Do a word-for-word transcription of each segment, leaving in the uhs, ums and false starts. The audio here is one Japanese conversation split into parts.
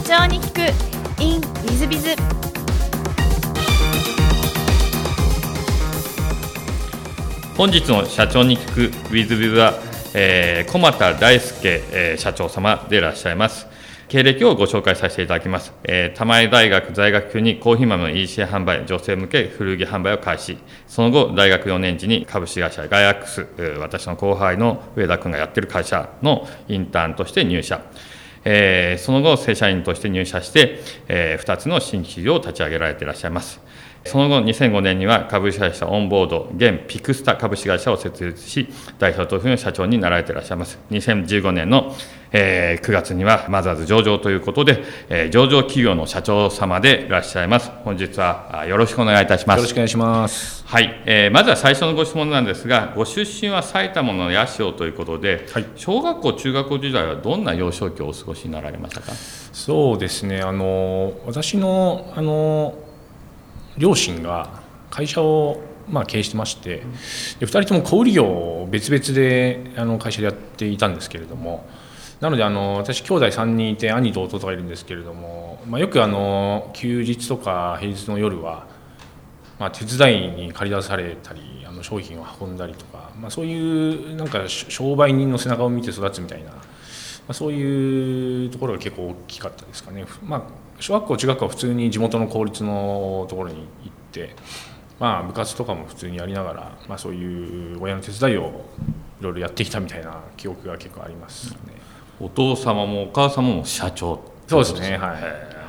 長に聞く in ウィズビズ。 本日の社長に聞く ウィズビズは、えー、小俣大輔、えー、社長様でいらっしゃいます。経歴をご紹介させていただきます。えー、玉井大学在学中にコーヒー豆の イーシー 販売、女性向け古着販売を開始。その後、大学よねん時に株式会社ガイアックス、私の後輩の上田君がやっている会社のインターンとして入社。えー、その後、正社員として入社して、えー、ふたつの新規事業を立ち上げられていらっしゃいます。その後、にせんごねんには株式会社オンボード、現ピクスタ株式会社を設立し、代表取締役社長になられていらっしゃいます。にせんじゅうごねんの、えー、くがつにはマザーズ上場ということで、えー、上場企業の社長様でいらっしゃいます。本日はよろしくお願いいたします。 よろしくお願いします。 はい、えー、まずは最初のご質問なんですが、ご出身は埼玉の八潮ということで、はい、小学校、中学校時代はどんな幼少期をお過ごしになられましたか？ そうですね、あの私のあの両親が会社を、まあ、経営してまして、でふたりとも小売業を別々であの会社でやっていたんですけれども、なのであの私兄弟さんにんいて兄と弟がいるんですけれども、まあ、よくあの休日とか平日の夜は、まあ、手伝いに借り出されたり、あの商品を運んだりとか、まあ、そういうなんか商売人の背中を見て育つみたいな、まあ、そういうところが結構大きかったですかね。まあ、小学校中学校は普通に地元の公立のところに行って、まあ、部活とかも普通にやりながら、まあ、そういう親の手伝いをいろいろやってきたみたいな記憶が結構ありますね。 お父様もお母様も社長。 そうですね、はい、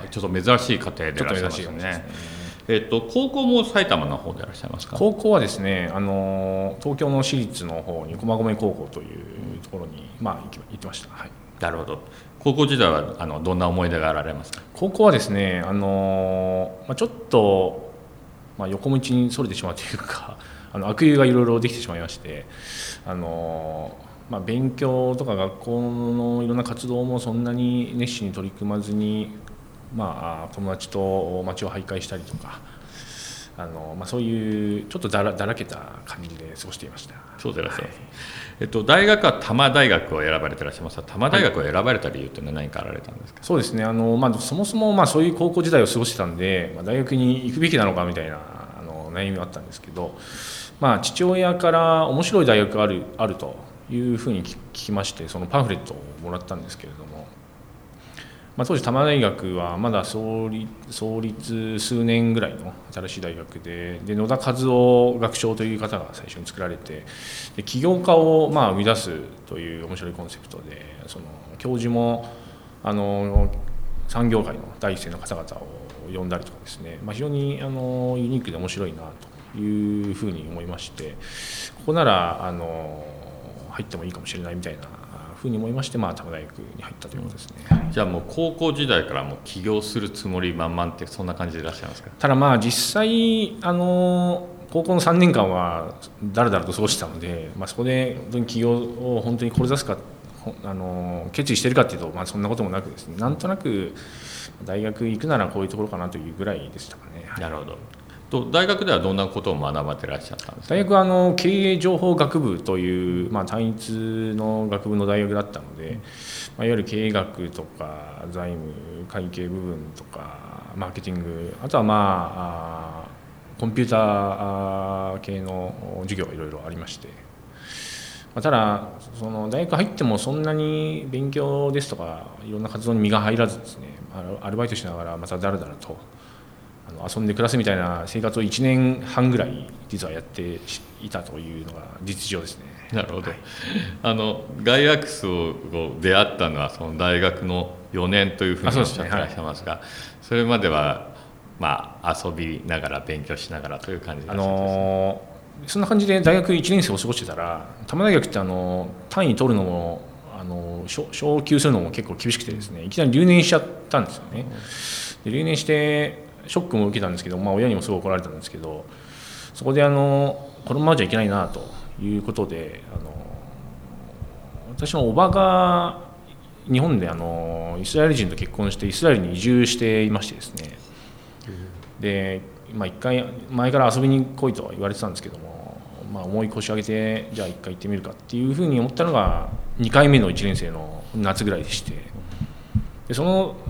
ちょっと珍しい家庭でいらっしゃいますよね。えっと、高校も埼玉の方でいらっしゃいますか？ 高校はですね、あの東京の私立の方に駒込高校というところに、まあ、行ってました。はい、 なるほど。高校時代はあのどんな思い出があられますか？ 高校はですね、あの、まあ、ちょっと、まあ、横道にそれてしまうというかあの悪友がいろいろできてしまいまして、あの、まあ、勉強とか学校のいろんな活動もそんなに熱心に取り組まずに、まあ、友達と街を徘徊したりとか、あのまあ、そういうちょっとだ ら, だらけた感じで過ごしていました。 そうでいらっしゃいます、はい。えっと、大学は多摩大学を選ばれていらっしゃいますが、多摩大学を選ばれた理由というのは何かあられたんですか？ はい、そうですね、あの、まあ、そもそもまあそういう高校時代を過ごしてたんで、まあ、大学に行くべきなのかみたいなあの悩みはあったんですけど、まあ、父親から面白い大学がある、あるというふうに聞きまして、そのパンフレットをもらったんですけれども、まあ、当時多摩大学はまだ創立、創立数年ぐらいの新しい大学 で, で野田和夫学長という方が最初に作られて、で起業家をまあ生み出すという面白いコンセプトで、その教授もあの産業界の第一線の方々を呼んだりとかですね、まあ、非常にあのユニークで面白いなというふうに思いまして、ここならあの入ってもいいかもしれないみたいなふうに思いまして、まあ、多摩大学に入ったということですね。 じゃあもう高校時代からもう起業するつもり満々ってそんな感じでいらっしゃいますか？ ただまあ実際あの高校のさんねんかんはだらだらと過ごしてたので、まあ、そこで本当に起業を本当に志すかあの決意しているかというと、まあ、そんなこともなくですね、なんとなく大学行くならこういうところかなというぐらいでしたかね。 なるほど。と大学ではどんなことを学ばれていらっしゃったんですか？ 大学はあの経営情報学部という、まあ、単一の学部の大学だったので、まあ、いわゆる経営学とか財務会計部分とかマーケティング、あとはまあコンピューター系の授業がいろいろありまして、まあ、ただその大学入ってもそんなに勉強ですとかいろんな活動に身が入らずですね、アルバイトしながらまただらだらと遊んで暮らすみたいな生活をいちねんはんぐらい実はやっていたというのが実情ですね。 なるほど、 はい、 あのガイアックスを出会ったのはその大学のよねんというふうにおっしゃっていらっしゃいますが、 そ, す、ねはい、それまでは、まあ、遊びながら勉強しながらという感じで、あのー、そんな感じで大学いちねん生を過ごしてたら、多摩大学ってあの単位取るのもあの 昇, 昇級するのも結構厳しくてですね、いきなり留年しちゃったんですよね。で留年してショックも受けたんですけど、まあ、親にもすごい怒られたんですけど、そこであのこのままじゃいけないなということで、あの私の叔母が日本であのイスラエル人と結婚してイスラエルに移住していましてですね、で、まあ、一回前から遊びに来いと言われてたんですけども、まあ、重い腰上げてじゃあ一回行ってみるかっていうふうに思ったのがにかいめのいちねん生の夏ぐらいでして、でその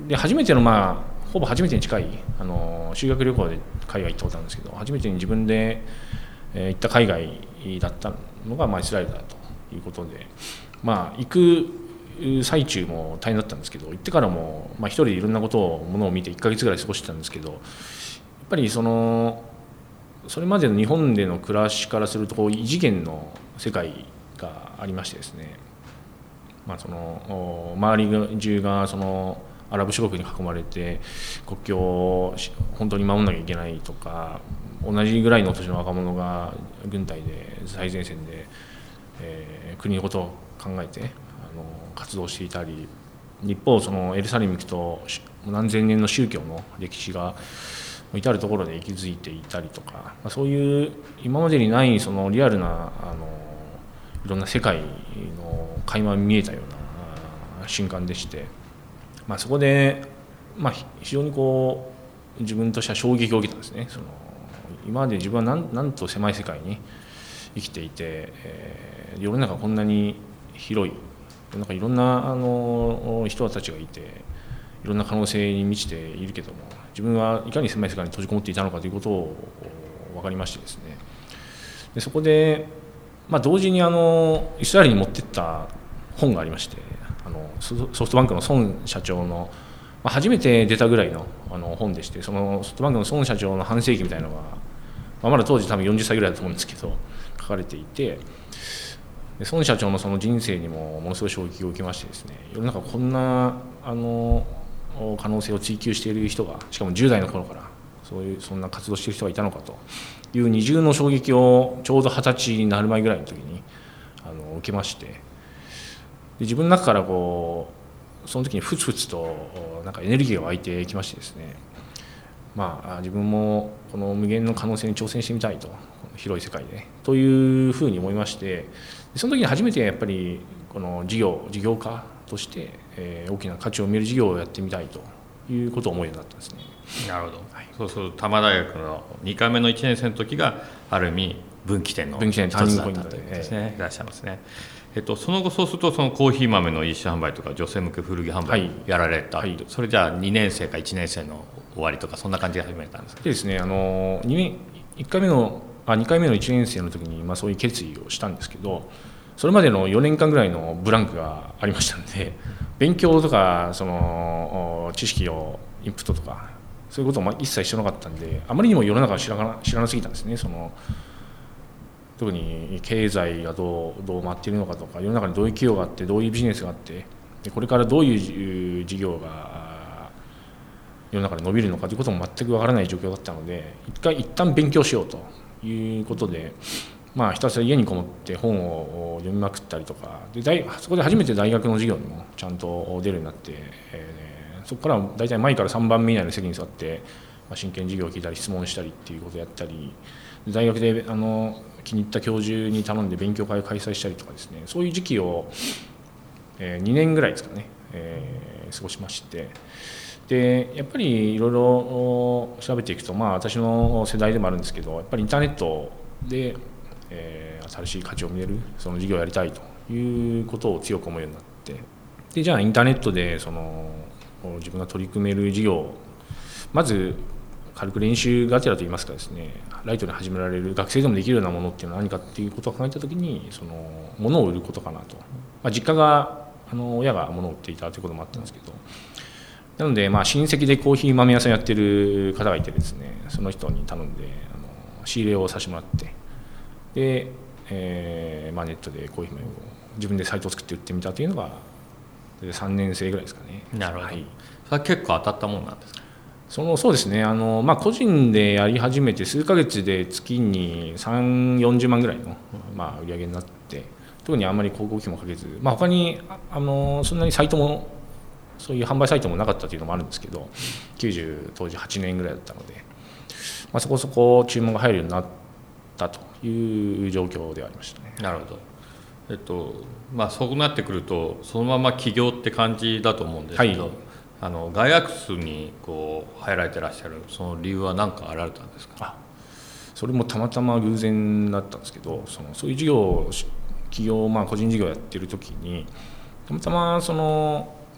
で初めてのまあほぼ初めてに近いあの修学旅行で海外行ったことあるんですけど、初めてに自分で、えー、行った海外だったのが、まあ、イスラエルだということで、まあ、行く最中も大変だったんですけど、行ってからも、まあ、一人でいろんなことをものを見ていっかげつぐらい過ごしてたんですけど、やっぱりそのそれまでの日本での暮らしからするとこう異次元の世界がありましてですね、まあ、その周り中がそのアラブ諸国に囲まれて国境を本当に守らなきゃいけないとか、同じぐらいの年の若者が軍隊で最前線で、えー、国のことを考えてあの活動していたり、一方そのエルサレムに行くと何千年の宗教の歴史が至る所で息づいていたりとか、そういう今までにないそのリアルなあのいろんな世界の垣間見えたような瞬間でして、まあ、そこで、まあ、非常にこう自分としては衝撃を受けたんですね。その今まで自分はなんなんと狭い世界に生きていて、えー、世の中こんなに広い、世の中いろんなあの人たちがいて、いろんな可能性に満ちているけども、自分はいかに狭い世界に閉じこもっていたのかということを分かりましてですね、でそこで、まあ、同時にあのイスラエルに持ってった本がありまして、あのソフトバンクの孫社長の、まあ、初めて出たぐらいのあの本でして、そのソフトバンクの孫社長の半世紀みたいなのが、まあ、まだ当時多分よんじゅっさいぐらいだと思うんですけど書かれていて、で孫社長のその人生にもものすごい衝撃を受けましてですね、世の中こんなあの可能性を追求している人が、しかもじゅう代の頃からそういうそんな活動している人がいたのかという二重の衝撃をちょうど二十歳になる前ぐらいの時にあの受けまして、で自分の中からこうその時にふつふつとなんかエネルギーが湧いてきましてですね、まあ自分もこの無限の可能性に挑戦してみたいと、広い世界でというふうに思いまして、その時に初めてやっぱりこの事業事業家として、えー、大きな価値を見える事業をやってみたいということを思うようになったんですね。 なるほど、はい、そうすると多摩大学のにかいめのいちねん生の時がある意味分岐点の一つだったということですね、えー、いらっしゃいますね。えっと、その後そうするとそのコーヒー豆の一種販売とか女性向け古着販売やられた、はいはい、それじゃあにねん生かいちねん生の終わりとかそんな感じで始めたんですか。 でですね、あのにねんいっかいめのあにかいめのいちねん生の時に、まあ、そういう決意をしたんですけど、それまでのよねんかんぐらいのブランクがありましたので、勉強とかその知識をインプットとかそういうことも一切してなかったんで、あまりにも世の中を知らな、知らなすぎたんですね。その特に経済がどう、どう回っているのかとか、世の中にどういう企業があってどういうビジネスがあって、でこれからどういう事業が世の中で伸びるのかということも全くわからない状況だったので、一回一旦勉強しようということで、まあ、ひたすら家にこもって本を読みまくったりとかで、大そこで初めて大学の授業にもちゃんと出るようになって、えー、そこから大体前からさんばんめ以内の席に座って、まあ、真剣授業を聞いたり質問したりっていうことをやったり、大学であの気に入った教授に頼んで勉強会を開催したりとかですね、そういう時期を、えー、にねんぐらいですかね、えー、過ごしまして、でやっぱりいろいろ調べていくと、まあ、私の世代でもあるんですけど、やっぱりインターネットでえー、新しい価値を見れるその事業をやりたいということを強く思うようになって、でじゃあインターネットでその自分が取り組める事業、まず軽く練習がてらといいますかですね、ライトに始められる学生でもできるようなものっていうのは何かっていうことを考えたときに、その物を売ることかなと、まあ、実家があの親が物を売っていたということもあったんですけど、なのでまあ親戚でコーヒー豆屋さんやってる方がいてですね、その人に頼んであの仕入れをさせてもらって、で、えーまあ、ネットでコーヒー豆を自分でサイトを作って売ってみたというのがさんねん生ぐらいですかね。 なるほど、はい、それは結構当たったものなんですか。 そのそうですね、あの、まあ、個人でやり始めて数ヶ月で月にさんじゅう、よんじゅうまんぐらいの、まあ、売り上げになって、特にあんまり広告費もかけず、まあ、他にあのそんなにサイトもそういう販売サイトもなかったというのもあるんですけど、きゅうじゅう当時はちねんぐらいだったので、まあ、そこそこ注文が入るようになったという状況ではありましたね。 なるほど。えっとまあ、そうなってくるとそのまま起業って感じだと思うんですけど、はい、あのガイアックスにこう入られてらっしゃるその理由は何かあられたんですか。 あ、それもたまたま偶然だったんですけど、そのそういう事業起業、まあ、個人事業をやってる時にたまたまその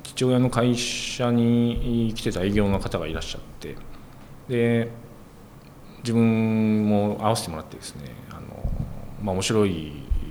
父親の会社に来てた営業の方がいらっしゃって、で自分も会わせてもらってですね、あの、まあ、面白い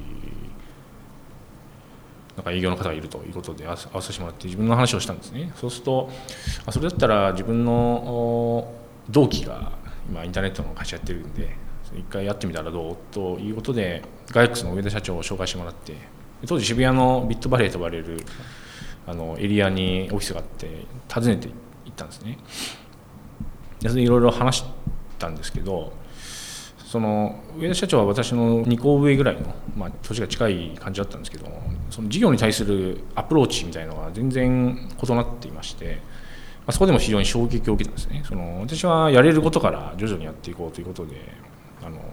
なんか営業の方がいるということで会わせてもらって自分の話をしたんですね。そうすると、それだったら自分の同期が今インターネットの会社やってるんで一回やってみたらどうということでガイアックスの上田社長を紹介してもらって、当時渋谷のビットバレーと呼ばれるあのエリアにオフィスがあって訪ねて行ったんですね。でそれでいろいろ話したんですけど、その上田社長は私のにこ上ぐらいの、まあ、年が近い感じだったんですけど、その事業に対するアプローチみたいなのが全然異なっていまして、まあ、そこでも非常に衝撃を受けたんですね。その私はやれることから徐々にやっていこうということで、あの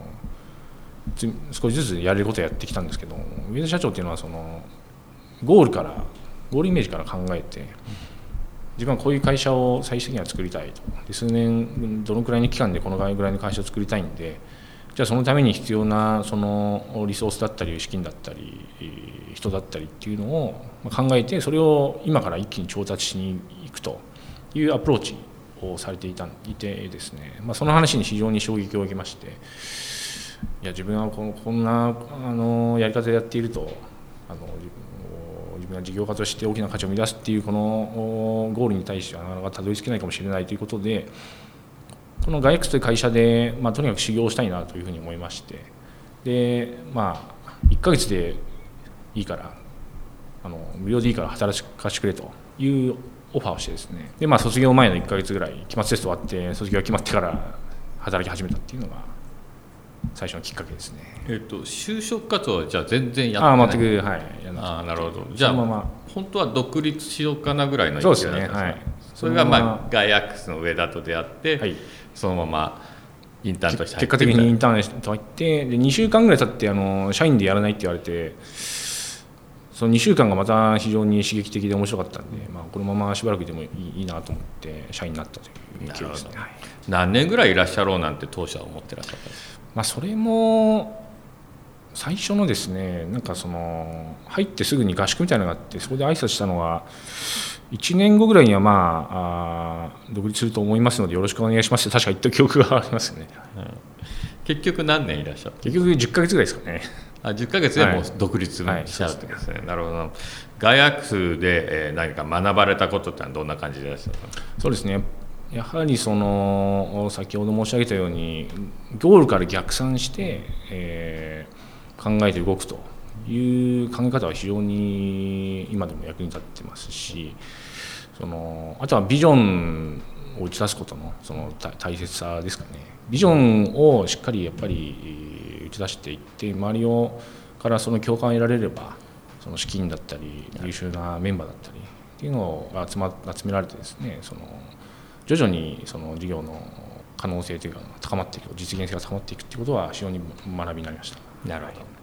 少しずつやれることをやってきたんですけど、上田社長っていうのはそのゴールからゴールイメージから考えて、自分はこういう会社を最終的には作りたいと、で数年どのくらいの期間でこのぐらいの会社を作りたいんで、じゃあそのために必要なそのリソースだったり資金だったり人だったりっていうのを考えて、それを今から一気に調達しに行くというアプローチをされていたいてですね、まあ、その話に非常に衝撃を受けまして、いや自分はこのこんなあのやり方でやっていると、あの自分が事業家として大きな価値を生み出すっていうこのゴールに対してはなかなかたどり着けないかもしれないということで、このガイアックスという会社で、まあ、とにかく修行したいなというふうに思いまして、でまあいっかげつでいいからあの無料でいいから働かせてくれというオファーをしてですね、で、まあ、卒業前のいっかげつぐらい期末テスト終わって卒業が決まってから働き始めたっていうのが最初のきっかけですね。 えっと、就職活動はじゃあ全然やってない。 あ全くはいやなあなるほど。じゃあそのまま本当は独立しようかなぐらいのそうですね、はい、 それが、まあ、ガイアックスの上田と出会って、はい、そのままインターンとして入って結果的にインターンと入ってでにしゅうかんぐらい経ってあの社員でやらないって言われて、そのにしゅうかんがまた非常に刺激的で面白かったんで、まあ、このまましばらくでもいい、いいなと思って社員になったという経緯ですね。はい、 何年ぐらいいらっしゃろうなんて当社は思ってらっしゃったんですか。 まあ、それも最初のですね、なんかその入ってすぐに合宿みたいなのがあって、そこで挨拶したのがいちねんごぐらいにはまあ、あ独立すると思いますのでよろしくお願いしますって確か言った記憶がありますね。 うん、結局何年いらっしゃった。 結局じゅっかげつぐらいですかね。 あじゅっかげつでもう独立しちゃうってですね。はいはい、なるほど。ガイアックスで何か学ばれたことってのはどんな感じでいらっしゃったんですか。 そうですね、やはりその先ほど申し上げたようにゴールから逆算して、えー、考えて動くという考え方は非常に今でも役に立ってますし、そのあとはビジョンを打ち出すことのその大切さですかね。ビジョンをしっかりやっぱり打ち出していって周りをからその共感を得られれば、その資金だったり優秀なメンバーだったりっていうのが集ま集められてですね、その徐々にその事業の可能性というか高まっていく、実現性が高まっていくということは非常に学びになりました。 なるほど。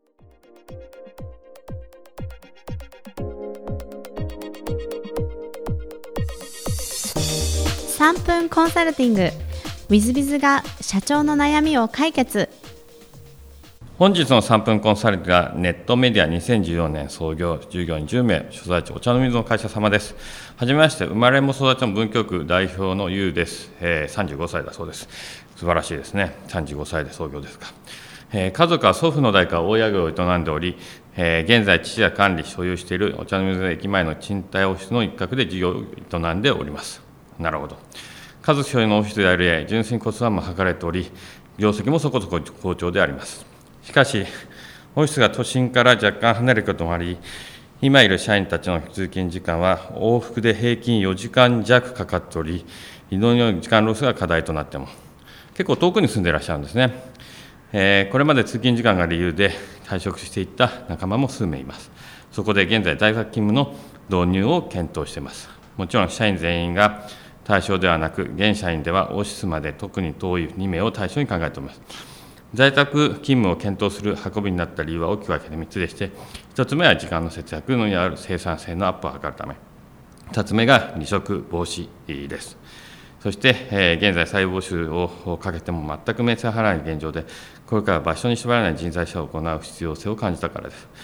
さんぷんコンサルティング WithBiz が社長の悩みを解決。 本日のさんぷんコンサルがネットメディアにせんじゅうよねん創業、従業員じゅうめい、所在地お茶の水の会社様です。はじめまして、生まれも育ちも文京区代表のゆうです、えー、さんじゅうごさいだそうです。素晴らしいですね。さんじゅうごさいで創業ですか。えー、家族は祖父の代から大家業を営んでおり、えー、現在父が管理所有しているお茶の水駅前の賃貸オフィスの一角で事業を営んでおります。なるほど。家族所有のオフィスであるゆえ純粋にコストダウンも図れており、業績もそこそこ好調であります。しかし、オフィスが都心から若干離れることもあり、今いる社員たちの通勤時間は往復で平均よじかんじゃくかかっており、移動による時間ロスが課題となっても、結構遠くに住んでいらっしゃるんですね。えー、これまで通勤時間が理由で退職していった仲間も数名います。そこで現在、在宅勤務の導入を検討しています。もちろん社員全員が対象ではなく、現社員ではオフィスまで特に遠いにめいを対象に考えております。在宅勤務を検討する運びになった理由は大きく分けてみっつでして、ひとつめは時間の節約にある生産性のアップを図るため、ふたつめが離職防止です。そして、えー、現在再募集をかけても全く名声払わない現状で、これから場所に縛られない人材者を行う必要性を感じたからです。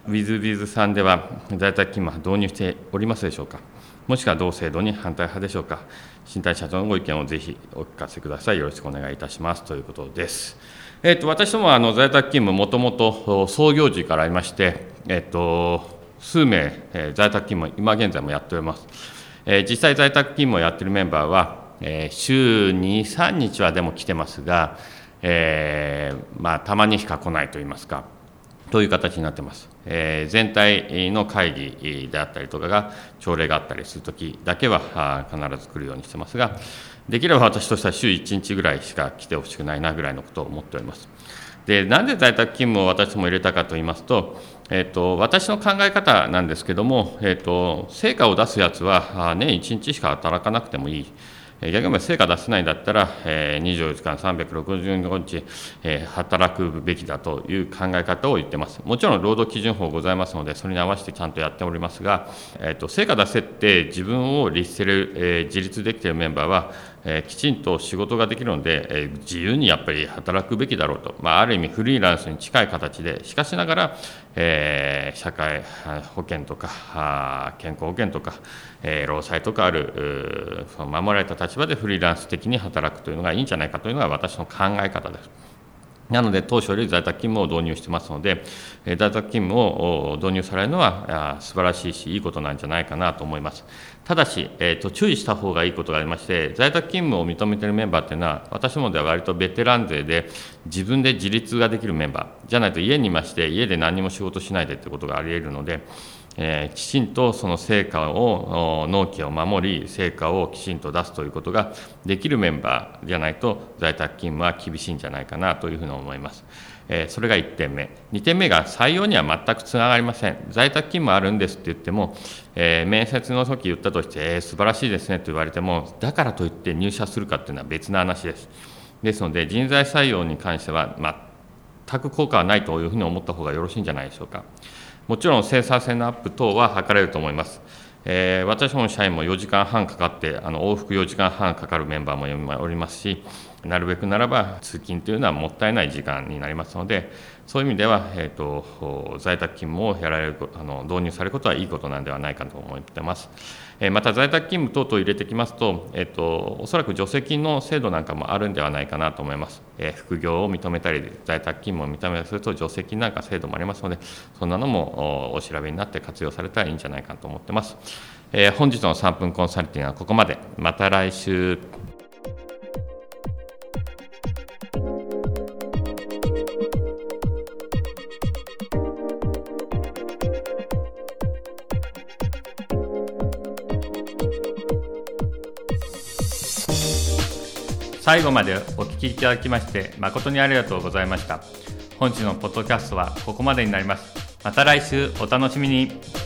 ウィズビズさんでは在宅勤務は導入しておりますでしょうか。もしくは同制度に反対派でしょうか。新谷社長のご意見をぜひお聞かせください。よろしくお願いいたしますということです。えー、と私どもはあの在宅勤務、もともと創業時からありまして、えー、と数名、えー、在宅勤務、今現在もやっております。えー、実際、在宅勤務をやっているメンバーは、えー、週に、さんにちはでも来てますが、えーまあ、たまにしか来ないといいますか、という形になっています。えー、全体の会議であったりとかが、朝礼があったりするときだけは必ず来るようにしてますが、できれば私としては週いちにちぐらいしか来てほしくないなぐらいのことを思っております。で、なんで在宅勤務を私も入れたかといいますと、えー、と私の考え方なんですけども、えー、と成果を出すやつは年いちにちしか働かなくてもいい。逆に言えば成果出せないんだったら、にじゅうよじかんさんびゃくろくじゅうごにち働くべきだという考え方を言っています。もちろん労働基準法ございますので、それに合わせてちゃんとやっておりますが、えー、と成果出せって自分を律せる、えー、自立できているメンバーは、えー、きちんと仕事ができるので、えー、自由にやっぱり働くべきだろうと、まあ、ある意味フリーランスに近い形で、しかしながら、えー、社会保険とか健康保険とか、えー、労災とかあるその守られた立場でフリーランス的に働くというのがいいんじゃないかというのが私の考え方です。なので当初より在宅勤務を導入していますので、在宅勤務を導入されるのは素晴らしいし、いいことなんじゃないかなと思います。ただし、えー、と注意した方がいいことがありまして、在宅勤務を認めているメンバーというのは、私どもでは割とベテラン勢で、自分で自立ができるメンバーじゃないと、家にいまして、家で何も仕事しないでということがあり得るので、えー、きちんとその成果を、納期を守り、成果をきちんと出すということができるメンバーじゃないと、在宅勤務は厳しいんじゃないかなというふうに思います。えー、それがいってんめ。にてんめが採用には全くつながりません。在宅勤務あるんですって言っても、えー、面接の時言ったとして、えー、素晴らしいですねと言われても、だからといって入社するかっていうのは別の話です。ですので、人材採用に関しては全く効果はないというふうに思った方がよろしいんじゃないでしょうか。もちろん生産性のアップ等は図れると思います。えー、私どもの社員もよじかんはんかかって、あの往復よじかんはんかかるメンバーもおりますし、なるべくならば通勤というのはもったいない時間になりますので、そういう意味では、えー、と在宅勤務をやられるあの導入されることはいいことなんではないかと思っています。えー、また在宅勤務等々入れてきますと、えー、とおそらく助成金の制度なんかもあるんではないかなと思います。えー、副業を認めたり、在宅勤務を認めたりすると助成金なんか制度もありますので、そんなのも お, お調べになって活用されたらいいんじゃないかと思っています。えー、本日のさんぷんコンサルティングはここまで。また来週。最後までお聞きいただきまして誠にありがとうございました。本日のポッドキャストはここまでになります。また来週お楽しみに。